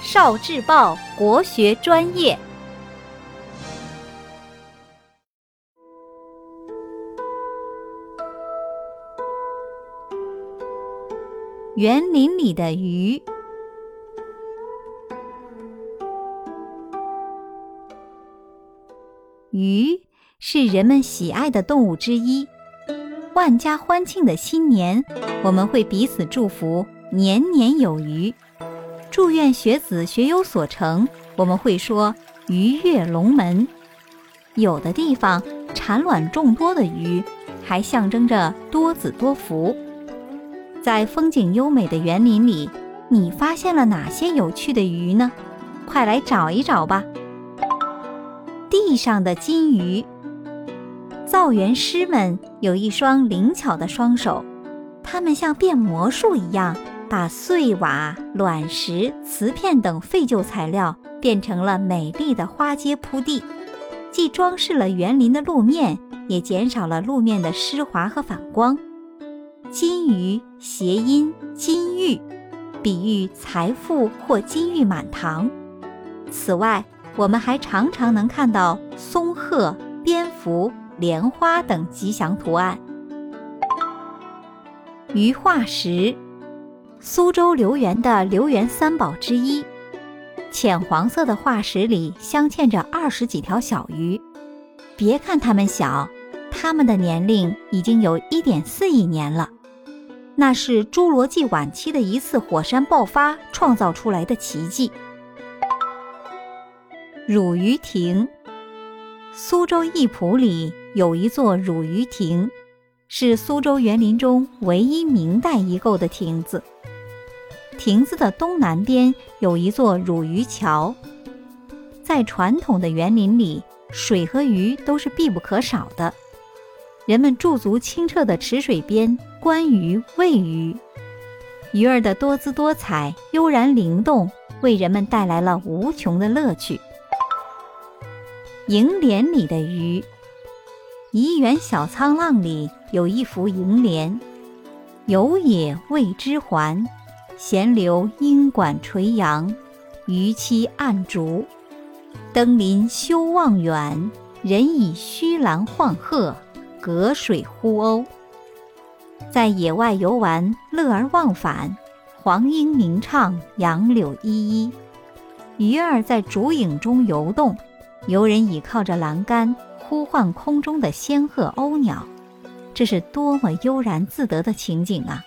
少智报国学专业。园林里的鱼。鱼是人们喜爱的动物之一。万家欢庆的新年，我们会彼此祝福年年有余。祝愿学子学有所成，我们会说鱼跃龙门。有的地方产卵众多的鱼，还象征着多子多福。在风景优美的园林里，你发现了哪些有趣的鱼呢？快来找一找吧。地上的金鱼。造园师们有一双灵巧的双手，他们像变魔术一样，把碎瓦、卵石、瓷片等废旧材料变成了美丽的花街铺地，既装饰了园林的路面，也减少了路面的湿滑和反光。金鱼谐音金玉，比喻财富或金玉满堂。此外，我们还常常能看到松鹤、蝙蝠、莲花等吉祥图案。鱼化石，苏州留园的留园三宝之一。浅黄色的化石里镶嵌着20几条小鱼，别看它们小，它们的年龄已经有 1.4 亿年了。那是侏罗纪晚期的一次火山爆发创造出来的奇迹。乳鱼亭。苏州义浦里有一座乳鱼亭，是苏州园林中唯一明代遗构的亭子。亭子的东南边有一座乳鱼桥。在传统的园林里，水和鱼都是必不可少的。人们驻足清澈的池水边，观鱼喂鱼。鱼儿的多姿多彩、悠然灵动，为人们带来了无穷的乐趣。楹联里的鱼。怡园小沧浪里有一幅楹联：游也谓之还，闲流应管垂杨，鱼栖暗竹。登临修望远，人以虚兰晃鹤，隔水呼鸥。在野外游玩，乐而忘返，黄莺鸣唱，杨柳依依。鱼儿在竹影中游动，游人倚靠着栏杆，呼唤空中的仙鹤鸥鸟，这是多么悠然自得的情景啊！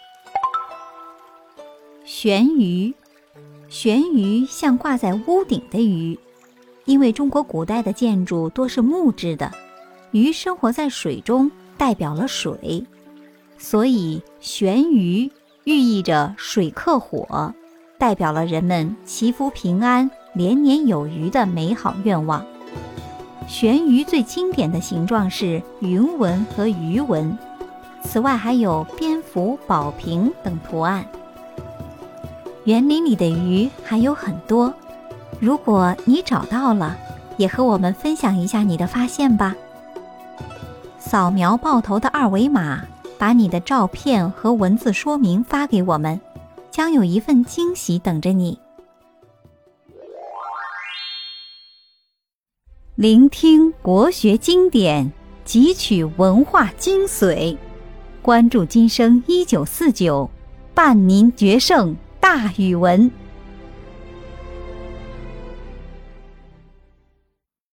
悬鱼。悬鱼像挂在屋顶的鱼，因为中国古代的建筑多是木质的，鱼生活在水中，代表了水，所以悬鱼寓意着水克火，代表了人们祈福平安、连年有余的美好愿望。悬鱼最经典的形状是云纹和鱼纹，此外还有蝙蝠、宝瓶等图案。园林里的鱼还有很多，如果你找到了，也和我们分享一下你的发现吧。扫描爆头的2维码，把你的照片和文字说明发给我们，将有一份惊喜等着你。聆听国学经典，汲取文化精髓，关注今生1949，伴您决胜大语文。